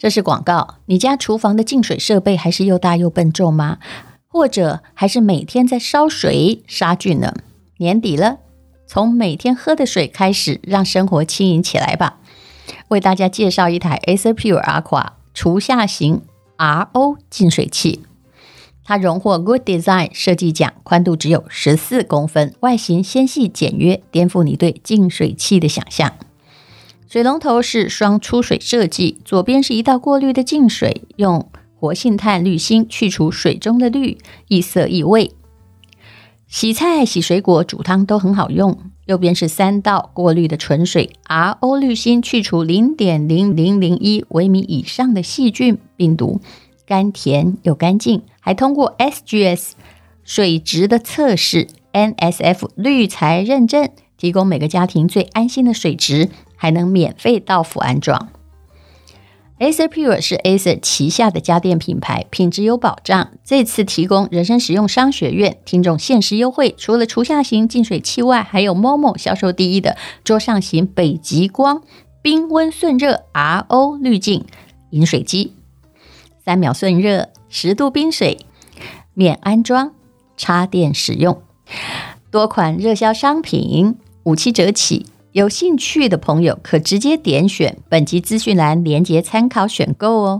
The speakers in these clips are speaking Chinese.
这是广告。你家厨房的净水设备还是又大又笨重吗？或者还是每天在烧水杀菌呢？年底了，从每天喝的水开始，让生活轻盈起来吧。为大家介绍一台 Acer Pure Aqua 厨下型 RO 净水器。它荣获 Good Design 设计奖，宽度只有14公分，外形纤细简约，颠覆你对净水器的想象。水龙头是双出水设计，左边是一道过滤的净水，用活性炭滤芯去除水中的氯，异色异味。洗菜、洗水果、煮汤都很好用。右边是3道过滤的纯水 RO 滤芯，去除 0.0001 微米以上的细菌病毒，甘甜又干净，还通过 SGS 水质的测试， NSF 滤材认证，提供每个家庭最安心的水质，还能免费到府安装。Acer Pure 是 Acer 旗下的家电品牌，品质有保障。这次提供人生实用商学院听众限时优惠，除了厨下型净水器外，还有 Momo 销售第一的桌上型北极光冰温顺热 RO 滤镜饮水机，3秒顺热，10度冰水，免安装，插电使用。多款热销商品57折起，有兴趣的朋友可直接点选本集资讯栏连结参考选购哦。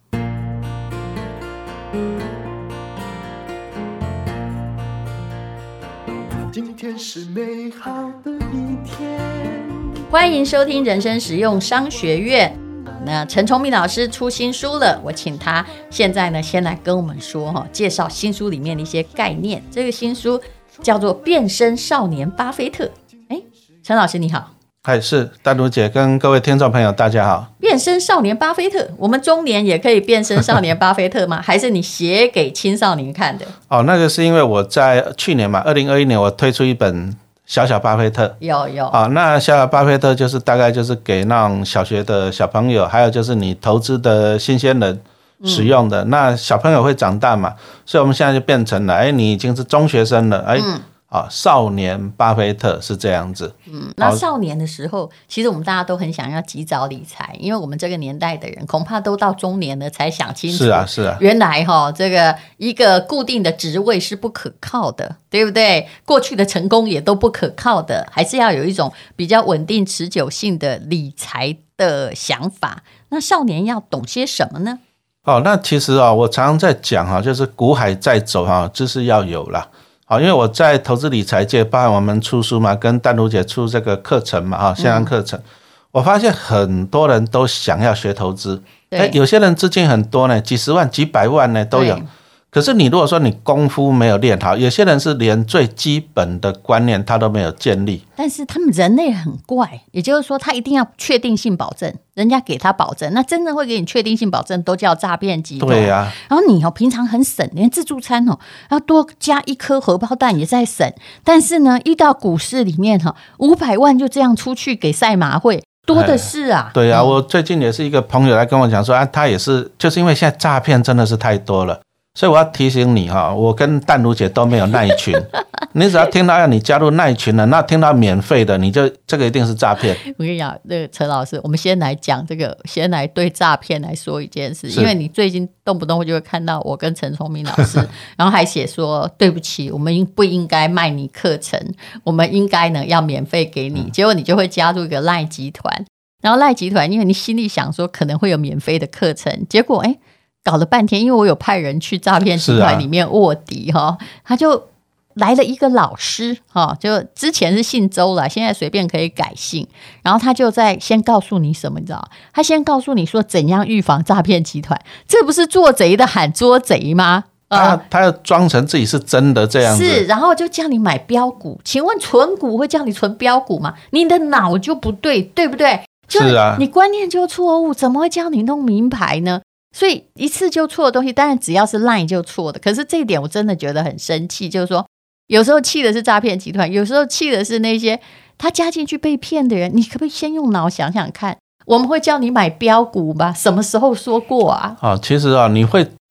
今天是美好的一天。 欢迎收听人生实用商学院。那陈崇明老师出新书了，我请他现在呢先来跟我们说介绍新书里面的一些概念。这个新书叫做变身少年巴菲特。陈老师你好。 是丹如姐跟各位听众朋友大家好。 变身少年巴菲特，我们中年也可以变身少年巴菲特吗？还是你写给青少年看的？ 那个是因为我在去年嘛2021年我推出一本小小巴菲特。 有那小小巴菲特就是大概就是给那种小学的小朋友，还有就是你投资的新鲜人使用的。那小朋友会长大嘛，所以我们现在就变成了你已经是中学生了少年巴菲特是这样子。 那少年的时候，其实我们大家都很想要及早理财，因为我们这个年代的人恐怕都到中年了才想清楚。 是啊， 原来这个一个固定的职位是不可靠的，对不对？过去的成功也都不可靠的，还是要有一种比较稳定持久性的理财的想法。那少年要懂些什么呢？ 那其实我常常在讲就是股海在走知识要有啦。因为我在投资理财界，包含我们出书嘛，跟丹如姐出这个课程嘛线上课程，我发现很多人都想要学投资，有些人资金很多呢，几十万几百万呢都有。可是你如果说你功夫没有练好，有些人是连最基本的观念他都没有建立。 但是他们人类很怪，也就是说他一定要确定性保证，人家给他保证，那真正会给你确定性保证都叫诈骗集团。 对啊， 然后你平常很省，连自助餐要多加1颗荷包蛋也在省，但是呢一到股市里面500万就这样出去给赛马会，多的是啊。 对啊，我最近也是一个朋友来跟我讲说他也是就是因为现在诈骗真的是太多了，所以我要提醒你我跟淡如姐都没有那一群你只要听到要你加入那一群了，那听到免费的你就这个一定是诈骗。 我跟你讲，那个陈老师，我们先来讲这个，先来对诈骗来说一件事，因为你最近动不动就会看到我跟陈崇明老师然后还写说对不起，我们不应该卖你课程，我们应该呢要免费给你，结果你就会加入一个赖集团，然后赖集团因为你心里想说可能会有免费的课程，结果搞了半天，因为我有派人去诈骗集团里面卧底他就来了一个老师就之前是姓周了，现在随便可以改姓，然后他就在先告诉你什么，你知道他先告诉你说怎样预防诈骗集团，这不是做贼的喊捉贼吗？ 他要装成自己是真的这样子， 是，然后就叫你买标股，请问存股会叫你存标股吗？你的脑就不对，对不对？ 是啊， 你观念就错误，怎么会教你弄名牌呢？所以一次就错的东西，当然只要是 line 就错的。可是这一点我真的觉得很生气，就是说有时候气的是诈骗集团，有时候气的是那些他加进去被骗的人。你可不可以先用脑想想看，我们会叫你买标股吗？什么时候说过啊？ 其实你会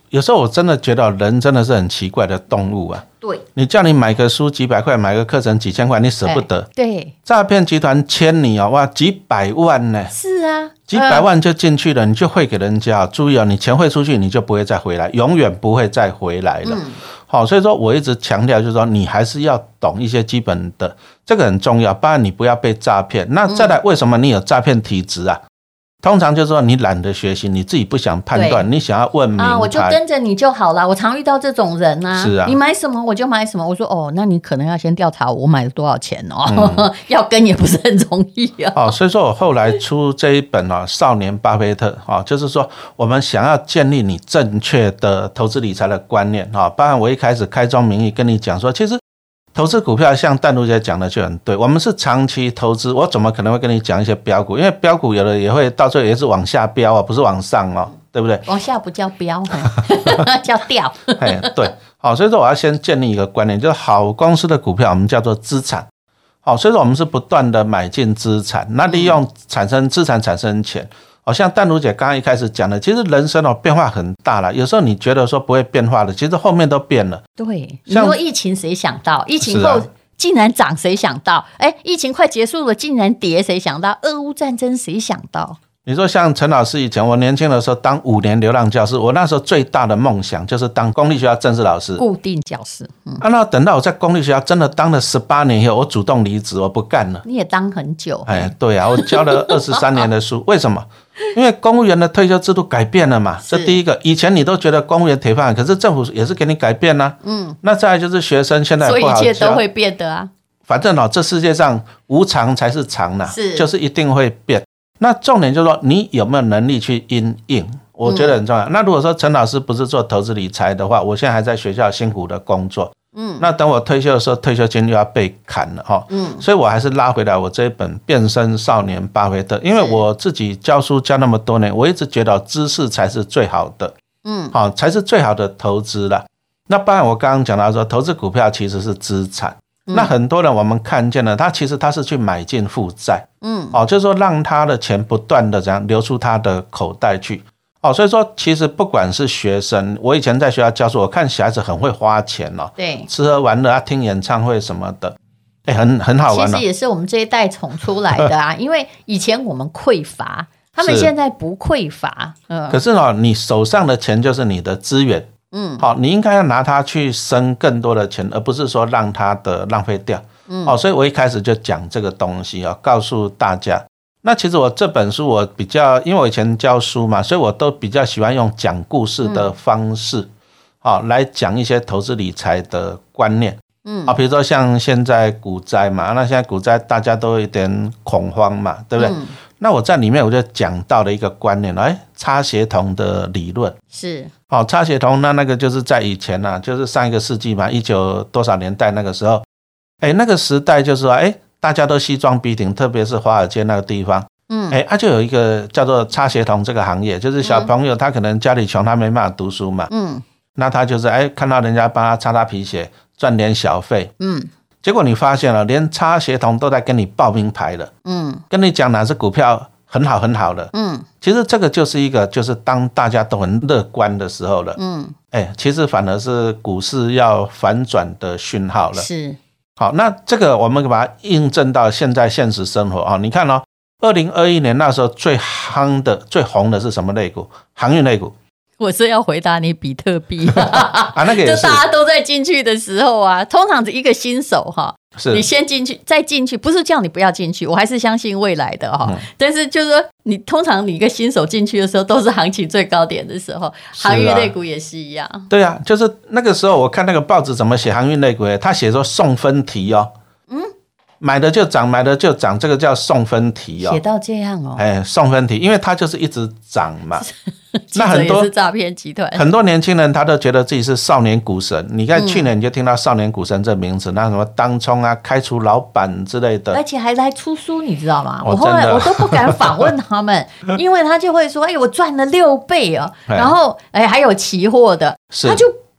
有时候我真的觉得人真的是很奇怪的动物啊。 对， 你叫你买个书几百块，买个课程几千块，你舍不得。 对， 诈骗集团签你哇，几百万呢？ 是啊， 几百万就进去了，你就汇给人家。注意你钱汇出去，你就不会再回来，永远不会再回来了。好，所以说我一直强调，就是说你还是要懂一些基本的，这个很重要，不然你不要被诈骗。那再来，为什么你有诈骗体质啊？通常就是说你懒得学习，你自己不想判断，你想要问明白我就跟着你就好了。我常遇到这种人啊， 是啊， 你买什么我就买什么。我说那你可能要先调查我买了多少钱哦，要跟也不是很容易哦。 所以说我后来出这一本少年巴菲特就是说我们想要建立你正确的投资理财的观念包含我一开始开宗明义跟你讲说，其实投资股票像淡如姐讲的就很对，我们是长期投资，我怎么可能会跟你讲一些标股？因为标股有的也会到最后也是往下飙不是往上对不对？ 往下不叫飙叫掉对，所以说我要先建立一个观念，就是好公司的股票我们叫做资产，所以说我们是不断的买进资产，那利用产生资产产生钱。像淡如姐刚刚一开始讲的，其实人生变化很大了，有时候你觉得说不会变化的，其实后面都变了。 对，你说疫情谁想到？疫情后竟然涨，谁想到？疫情快结束了竟然跌，谁想到？俄乌战争谁想到？ 你说像陈老师以前，我年轻的时候当5年流浪教师，我那时候最大的梦想就是当公立学校正式老师， 固定教师。 那等到我在公立学校真的当了18年以后，我主动离职，我不干了。 你也当很久。 对啊，我教了23年的书，为什么？因为公务员的退休制度改变了嘛，这第一个。以前你都觉得公务员铁饭，可是政府也是给你改变啊。那再来就是学生现在不好教， 所以一切都会变的啊。 反正这世界上无常才是常啦，就是一定会变。那重点就是说你有没有能力去因应，我觉得很重要。那如果说陈老师不是做投资理财的话，我现在还在学校辛苦的工作，那等我退休的时候，退休金又要被砍了所以我还是拉回来我这一本《变身少年巴菲特》，因为我自己教书教那么多年，我一直觉得知识才是最好的，才是最好的投资啦。那当然我刚刚讲到说，投资股票其实是资产。那很多人我们看见了，他其实他是去买进负债，就是说让他的钱不断的这样流出他的口袋去，所以说其实不管是学生，我以前在学校教书，我看小孩子很会花钱对， 吃喝玩乐听演唱会什么的，很好玩其实也是我们这一代宠出来的啊，因为以前我们匮乏，他们现在不匮乏， 可是你手上的钱就是你的资源。你应该要拿它去生更多的钱，而不是说让它的浪费掉。所以我一开始就讲这个东西告诉大家。那其实我这本书我比较，因为我以前教书嘛，所以我都比较喜欢用讲故事的方式，来讲一些投资理财的观念。比如说像现在股灾嘛，那现在股灾大家都有点恐慌嘛，对不对？那我在里面我就讲到了一个观念，差协同的理论是差协同，那个就是在以前就是上一个世纪嘛，19多少年代那个时候，那个时代就是说，大家都西装笔挺，特别是华尔街那个地方，就有一个叫做差协同这个行业，就是小朋友他可能家里穷，他没办法读书嘛，那他就是看到人家帮他擦皮鞋，赚点小费，结果你发现了，连差协同都在跟你报名牌了，跟你讲哪只股票很好很好的，其实这个就是一个，就是当大家都很乐观的时候了，其实反而是股市要反转的讯号了。 是， 好，那这个我们把它印证到现在现实生活你看2021年那时候最夯的、最红的是什么类股？航运类股。 我是要回答你比特币那个也是， 就大家都在进去的时候通常一个新手你先进去再进去，不是叫你不要进去，我还是相信未来的但是就是说通常你一个新手进去的时候都是行情最高点的时候，航运类股也是一样。 对啊，就是那个时候我看那个报纸怎么写航运类股，他写说送分题买的就涨，买的就涨，这个叫送分题写到这样送分题，因为它就是一直涨嘛。 那很多也是诈骗集团， 很多年轻人他都觉得自己是少年股神。你看去年你就听到少年股神这名字，那什么当冲开除老板之类的， 而且还来出书，你知道吗？我后来我都不敢访问他们，因为他就会说，我赚了6倍然后还有期货的，他就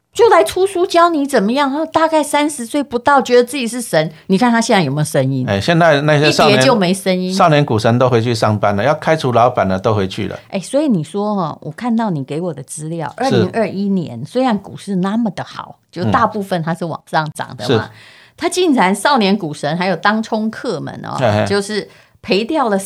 就来出书教你怎么样，大概30岁不到，觉得自己是神。你看他现在有没有声音？ 现在那些少年一叠就没声音， 少年股神都回去上班了，要开除老板了都回去了。 所以你说我看到你给我的资料，2021年虽然股市那么的好，就大部分它是往上涨的嘛，他竟然少年股神还有当冲客们就是赔掉了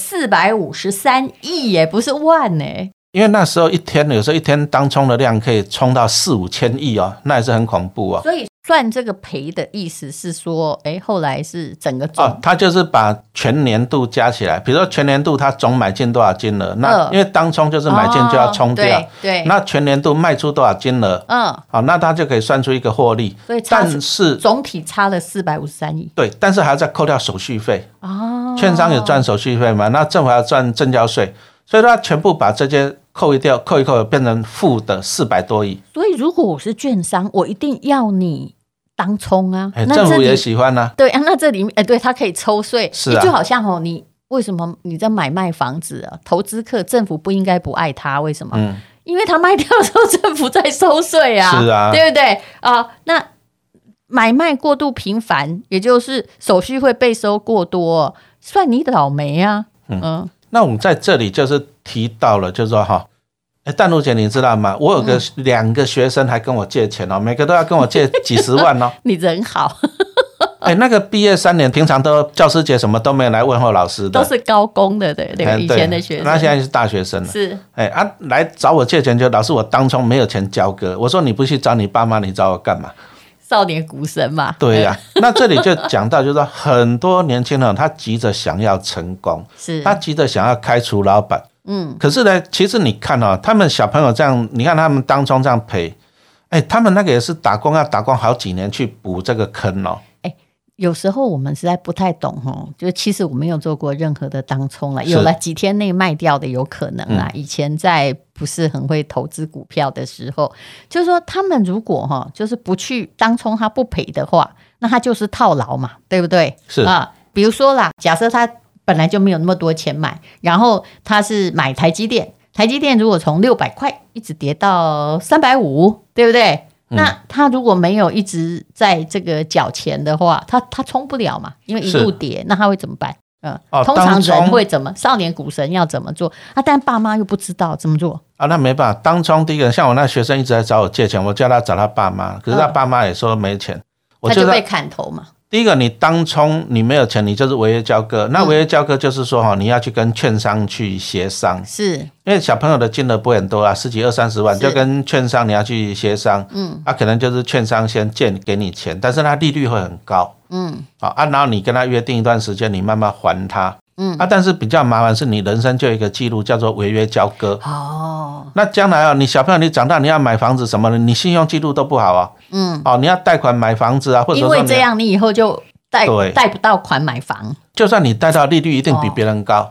453亿耶，不是万耶。 因为那时候有时候一天当冲的量可以冲到4-5千亿那也是很恐怖所以算这个赔的意思是说，后来是整个他就是把全年度加起来，比如说全年度他总买进多少金额，那因为当冲就是买进就要冲掉， 对， 那全年度卖出多少金额，那他就可以算出一个获利， 所以但是总体差了453亿， 对，但是还要再扣掉手续费，券商有赚手续费嘛，那政府还要赚证交税，所以他全部把这些扣一扣，变成负的400多亿。 所以如果我是券商，我一定要你当冲啊， 政府也喜欢啊。 对啊，那这里面对他可以抽税， 是啊， 就好像你为什么你在买卖房子投资客政府不应该不爱他？为什么？因为他卖掉的时候政府在收税啊， 是啊， 对不对那买卖过度频繁，也就是手续会被收过多，算你倒霉啊。 那我们在这里就是提到了，就是说淡如姐你知道吗？我有2个学生还跟我借钱每个都要跟我借几十万你人好那个毕业3年平常都教师节什么都没有来问候老师的， 都是高工的对以前的学生， 那现在是大学生了， 是来找我借钱，就老师我当冲没有钱交割，我说你不去找你爸妈，你找我干嘛？ 少年股神嘛， 对呀那这里就讲到，就是说很多年轻人他急着想要成功，他急着想要开除老板，可是呢，其实你看他们小朋友这样，你看他们当中这样赔，他们那个也是打工要打工好几年去补这个坑有时候我们实在不太懂就其实我没有做过任何的当冲了，有了几天内卖掉的有可能啦。以前在不是很会投资股票的时候，就是说他们如果就是不去当冲，他不赔的话，那他就是套牢嘛，对不对？ 是比如说啦，假设他本来就没有那么多钱买，然后他是买台积电，台积电如果从600块一直跌到350，对不对？那他如果没有一直在这个缴钱的话，他冲不了嘛，因为一路跌，那他会怎么办？通常人会怎么？少年股神要怎么做但爸妈又不知道怎么做那没办法。当冲第一个，像我那学生一直在找我借钱，我叫他找他爸妈，可是他爸妈也说没钱， 他就被砍头嘛。 第一个，你当冲你没有钱，你就是违约交割。那违约交割就是说你要去跟券商去协商， 是因为小朋友的金额不会很多10几20-30万，就跟券商你要去协商，可能就是券商先借给你钱，但是他利率会很高，然后你跟他约定一段时间，你慢慢还他，但是比较麻烦是你人生就有一个记录叫做违约交割。那将来你小朋友你长大你要买房子什么的，你信用记录都不好你要贷款买房子或者说因为这样你以后就贷不到款买房， 就算你贷到利率一定比别人高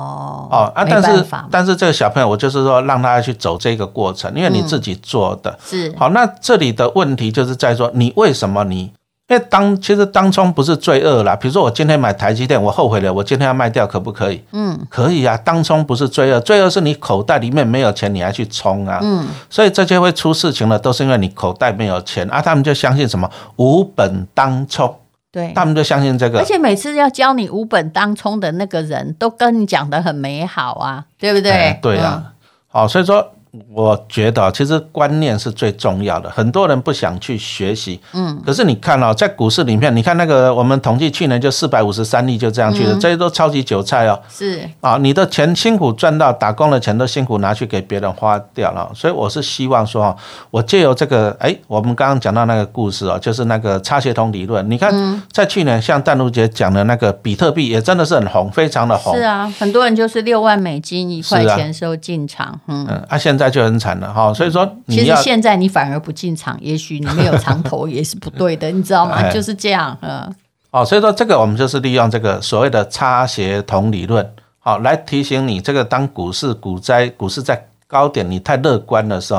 但是这个小朋友我就是说让他去走这个过程，因为你自己做的是好。那这里的问题就是在说你为什么因为其实当冲不是罪恶啦，比如说我今天买台积电，我后悔了，我今天要卖掉可不可以？可以啊，当冲不是罪恶，罪恶是你口袋里面没有钱你还去冲所以这些会出事情的都是因为你口袋没有钱他们就相信什么无本当冲， 对， 他们就相信这个， 而且每次要教你无本当冲的那个人都跟你讲得很美好对不对？ 对好，所以说我觉得其实观念是最重要的，很多人不想去学习可是你看在股市里面，你看那个我们统计去年就453亿就这样去了这些都超级韭菜是你的钱辛苦赚到，打工的钱都辛苦拿去给别人花掉了，所以我是希望说我借由这个我们刚刚讲到那个故事就是那个差协同理论，你看在去年像淡如姐讲的那个比特币也真的是很红，非常的红， 是很多人就是$6万1块钱时候进场现在就很惨了所以说其实现在你反而不进场，也许你没有长头也是不对的你知道吗？就是这样所以说这个我们就是利用这个所谓的差协同理论来提醒你，这个当股市在高点你太乐观的时候，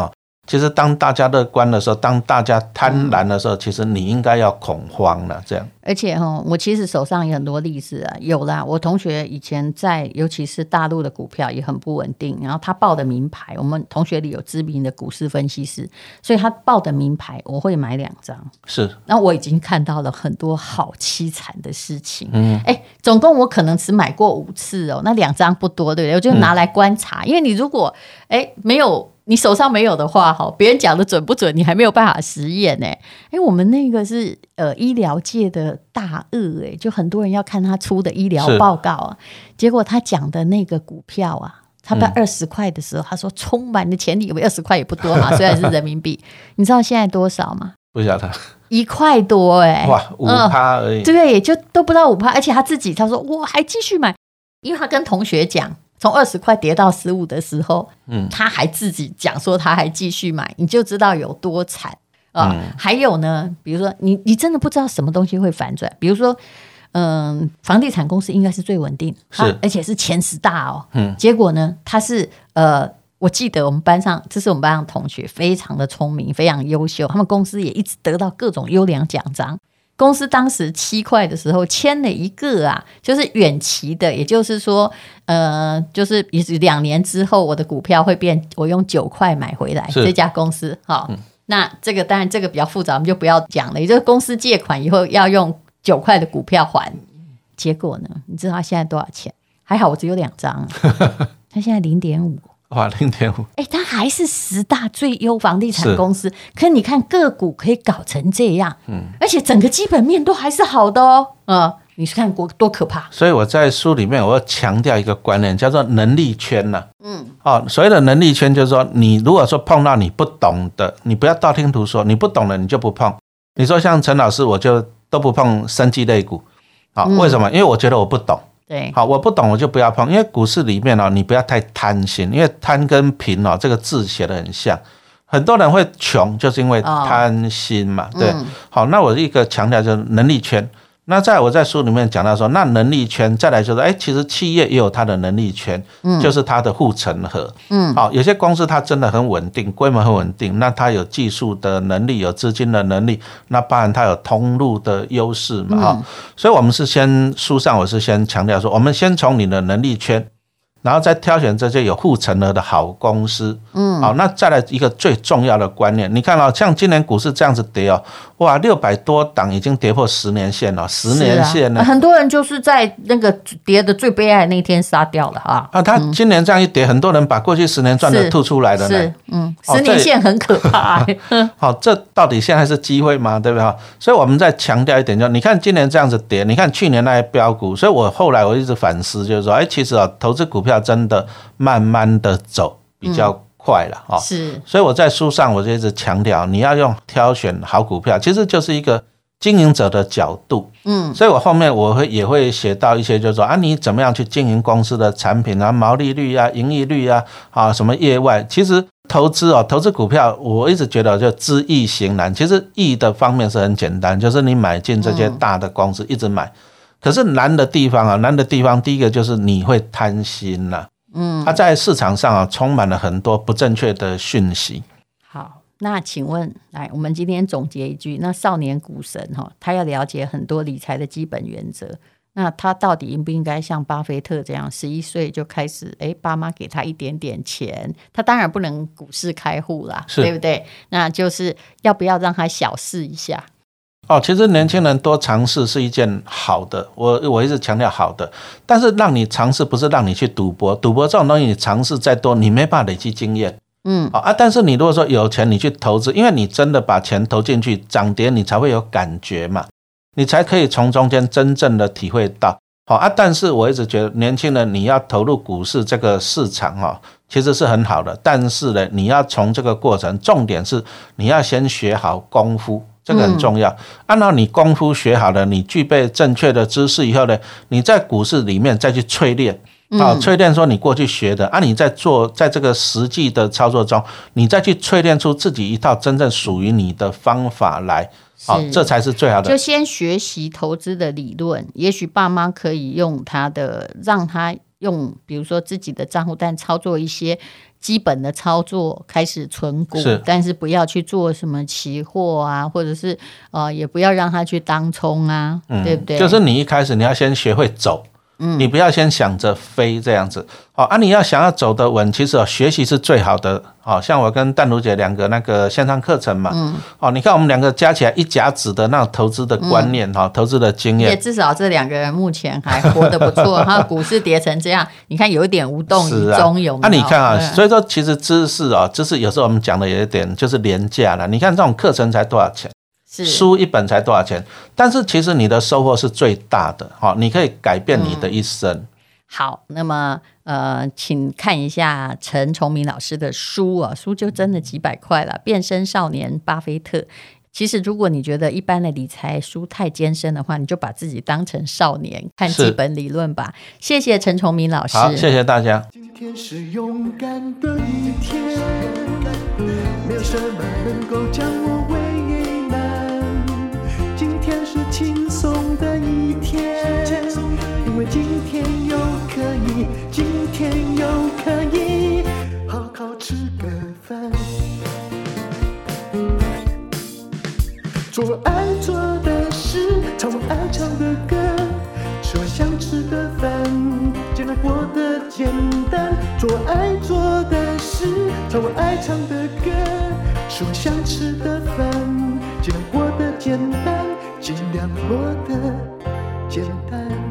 其实当大家乐观的时候，当大家贪婪的时候，其实你应该要恐慌了。这样， 而且我其实手上有很多例子啊，有啦。我同学以前在，尤其是大陆的股票也很不稳定，然后他报的名牌，我们同学里有知名的股市分析师，所以他报的名牌我会买2张。 是， 那我已经看到了很多好凄惨的事情。总共我可能只买过5次哦，那2张不多，对不对？我就拿来观察，因为你如果没有。你手上没有的话，别人讲的准不准，你还没有办法实验呢。我们那个是医疗界的大鳄，就很多人要看他出的医疗报告啊。结果他讲的那个股票啊，他在20块的时候，他说充满了潜力，以为20块也不多嘛，虽然是人民币。你知道现在多少吗？ 不晓得 ，1块多哇，5%而已。 对，就都不到5%，而且他说我还继续买，因为他跟同学讲。从20块跌到15的时候，他还自己讲说他还继续买，你就知道有多惨啊！还有呢，比如说你真的不知道什么东西会反转，比如说，房地产公司应该是最稳定，而且是前10大哦。结果呢，他是我记得我们班上，这是我们班上同学，非常的聪明，非常优秀，他们公司也一直得到各种优良奖章。公司当时7块的时候签了一个啊，就是远期的，也就是说，就是2年之后我的股票会变，我用9块买回来这家公司。那这个当然这个比较复杂，我们就不要讲了。也就是公司借款以后要用9块的股票还，结果呢，你知道他现在多少钱？还好我只有2张，他现在0.5。 哇，0.5， 它还是10大最优房地产公司，可你看个股可以搞成这样，而且整个基本面都还是好的哦，你是看多可怕。 所以我在书里面我要强调一个观念，叫做能力圈呐。所谓的能力圈就是说，你如果说碰到你不懂的，你不要道听途说，你不懂的你就不碰。你说像陈老师，我就都不碰生技类股，为什么？因为我觉得我不懂。 对， 好，我不懂我就不要碰，因为股市里面你不要太贪心，因为贪跟贫这个字写得很像，很多人会穷就是因为贪心嘛，对。好，那我一个强调就是能力圈。那我在书里面讲到说，那能力圈再来就是其实企业也有它的能力圈，就是它的护城河。好，有些公司它真的很稳定，规模很稳定，那它有技术的能力，有资金的能力，那当然它有通路的优势嘛。所以我们是书上我是先强调说，我们先从你的能力圈，然后再挑选这些有护城河的好公司。好，那再来一个最重要的观念，你看像今年股市这样子跌哇，600多档已经跌破10年线了，10年线呢， 很多人就是在那个跌的最悲哀的那天杀掉了他今年这样一跌，很多人把过去10年赚的吐出来了呢。 10年线很可怕。 好，这到底现在是机会吗？对不对？所以我们再强调一点，你看今年这样子跌，你看去年那些标股，所以我后来我一直反思，就是说，其实投资股票真的慢慢的走比较快了。 是， 所以我在书上我就一直强调，你要用挑选好股票，其实就是一个经营者的角度。所以我后面也会写到一些，就是说你怎么样去经营公司的产品啊，毛利率啊，盈利率啊，什么业外，其实投资股票，我一直觉得就知易行难。其实易的方面是很简单，就是你买进这些大的公司，一直买。可是难的地方，第一个就是你会贪心啦。它在市场上充满了很多不正确的讯息。 好，那请问，来，我们今天总结一句，那少年股神他要了解很多理财的基本原则，那他到底应不应该像巴菲特这样11岁就开始，爸妈给他一点点钱，他当然不能股市开户啦，对不对？那就是要不要让他小试一下？ 其实年轻人多尝试是一件好的，我一直强调好的，但是让你尝试不是让你去赌博，赌博这种东西你尝试再多，你没办法累积经验。但是你如果说有钱你去投资，因为你真的把钱投进去，涨跌你才会有感觉嘛，你才可以从中间真正的体会到。但是我一直觉得年轻人你要投入股市这个市场其实是很好的，但是呢，你要从这个过程，重点是你要先学好功夫，这个很重要。按照你功夫学好了，你具备正确的知识以后呢，你在股市里面再去淬炼。淬炼说你过去学的你在这个实际的操作中，你再去淬炼出自己一套真正属于你的方法来。这才是最好的。 就先学习投资的理论，也许爸妈可以用他的，让他用比如说自己的账户，但操作一些基本的操作，开始存股，但是不要去做什么期货啊，或者是也不要让他去当冲啊，对不对？ 就是你一开始你要先学会走。你不要先想着飞这样子，你要想要走得稳，其实学习是最好的。像我跟淡如姐两个那个线上课程嘛，你看我们两个加起来一甲子的那种投资的观念，投资的经验， 也至少这两个人目前还活得不错。哈，股市跌成这样，你看有一点无动于衷，有没有？ 你看啊，所以说其实知识有时候我们讲的有一点就是廉价了。你看这种课程才多少钱？书一本才多少钱？但是其实你的收获是最大的，你可以改变你的一生。 好，那么请看一下陈崇明老师的书啊，书就真的几百块了，《变身少年巴菲特》。其实如果你觉得一般的理财书太艰深的话，你就把自己当成少年，看基本理论吧。谢谢陈崇明老师。 好，谢谢大家。 今天是勇敢的一天，没有什么能够将我为难。今天是轻松的一天，因为今天又可以，今天又可以好好吃个饭，做我爱做的事，唱我爱唱的歌，吃我想吃的饭，尽量过得简单。做我爱做的事，唱我爱唱的歌，吃我想吃的饭，尽量过得简单，尽量过得简单。